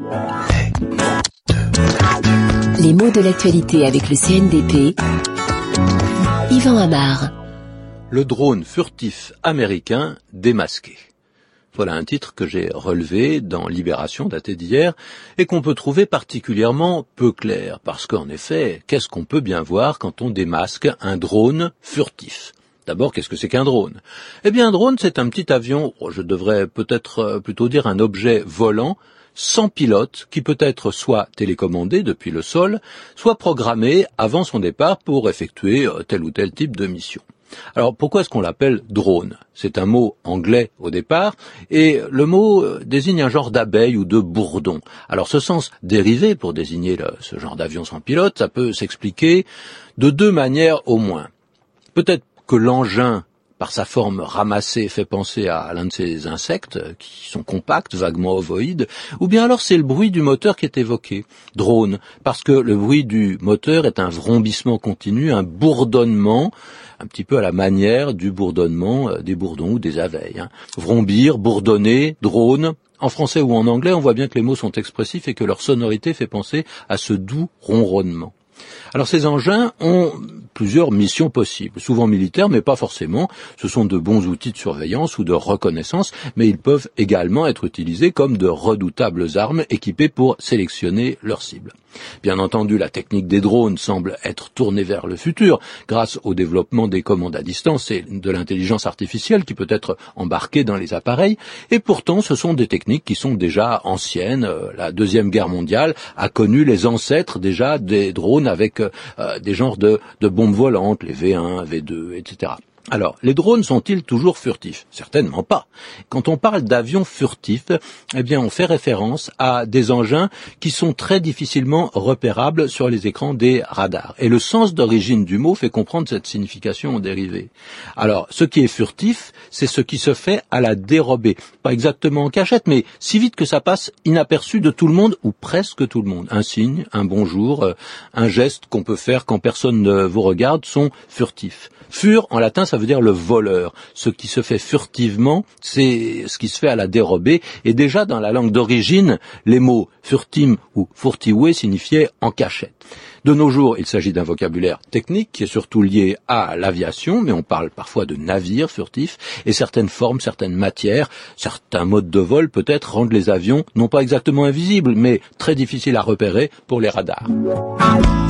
Les mots de l'actualité avec le CNDP. Yvan Amar. Le drone furtif américain démasqué. Voilà un titre que j'ai relevé dans Libération daté d'hier et qu'on peut trouver particulièrement peu clair parce qu'en effet, qu'est-ce qu'on peut bien voir quand on démasque un drone furtif ? D'abord, qu'est-ce que c'est qu'un drone ? Eh bien, un drone, c'est un petit avion, je devrais peut-être plutôt dire un objet volant, sans pilote, qui peut être soit télécommandé depuis le sol, soit programmé avant son départ pour effectuer tel ou tel type de mission. Alors, pourquoi est-ce qu'on l'appelle drone ? C'est un mot anglais au départ, et le mot désigne un genre d'abeille ou de bourdon. Alors, ce sens dérivé pour désigner ce genre d'avion sans pilote, ça peut s'expliquer de deux manières au moins. Peut-être que l'engin, par sa forme ramassée, fait penser à l'un de ces insectes qui sont compacts, vaguement ovoïdes, ou bien alors c'est le bruit du moteur qui est évoqué, drone, parce que le bruit du moteur est un vrombissement continu, un bourdonnement, un petit peu à la manière du bourdonnement des bourdons ou des abeilles. Vrombir, bourdonner, drone. En français ou en anglais, on voit bien que les mots sont expressifs et que leur sonorité fait penser à ce doux ronronnement. Alors ces engins ont plusieurs missions possibles, souvent militaires, mais pas forcément. Ce sont de bons outils de surveillance ou de reconnaissance, mais ils peuvent également être utilisés comme de redoutables armes équipées pour sélectionner leurs cibles. Bien entendu, la technique des drones semble être tournée vers le futur, grâce au développement des commandes à distance et de l'intelligence artificielle qui peut être embarquée dans les appareils, et pourtant ce sont des techniques qui sont déjà anciennes. La Deuxième Guerre mondiale a connu les ancêtres déjà des drones avec des genres de bombes volantes, les V1, V2, etc. Alors, les drones sont-ils toujours furtifs ? Certainement pas. Quand on parle d'avions furtifs, eh bien, on fait référence à des engins qui sont très difficilement repérables sur les écrans des radars. Et le sens d'origine du mot fait comprendre cette signification dérivée. Alors, ce qui est furtif, c'est ce qui se fait à la dérobée. Pas exactement en cachette, mais si vite que ça passe inaperçu de tout le monde, ou presque tout le monde. Un signe, un bonjour, un geste qu'on peut faire quand personne ne vous regarde sont furtifs. Fur, en latin, ça veut dire le voleur. Ce qui se fait furtivement, c'est ce qui se fait à la dérobée. Et déjà, dans la langue d'origine, les mots furtim ou furtivé signifiaient en cachette. De nos jours, il s'agit d'un vocabulaire technique qui est surtout lié à l'aviation, mais on parle parfois de navires furtifs, et certaines formes, certaines matières, certains modes de vol peut-être rendent les avions non pas exactement invisibles, mais très difficiles à repérer pour les radars.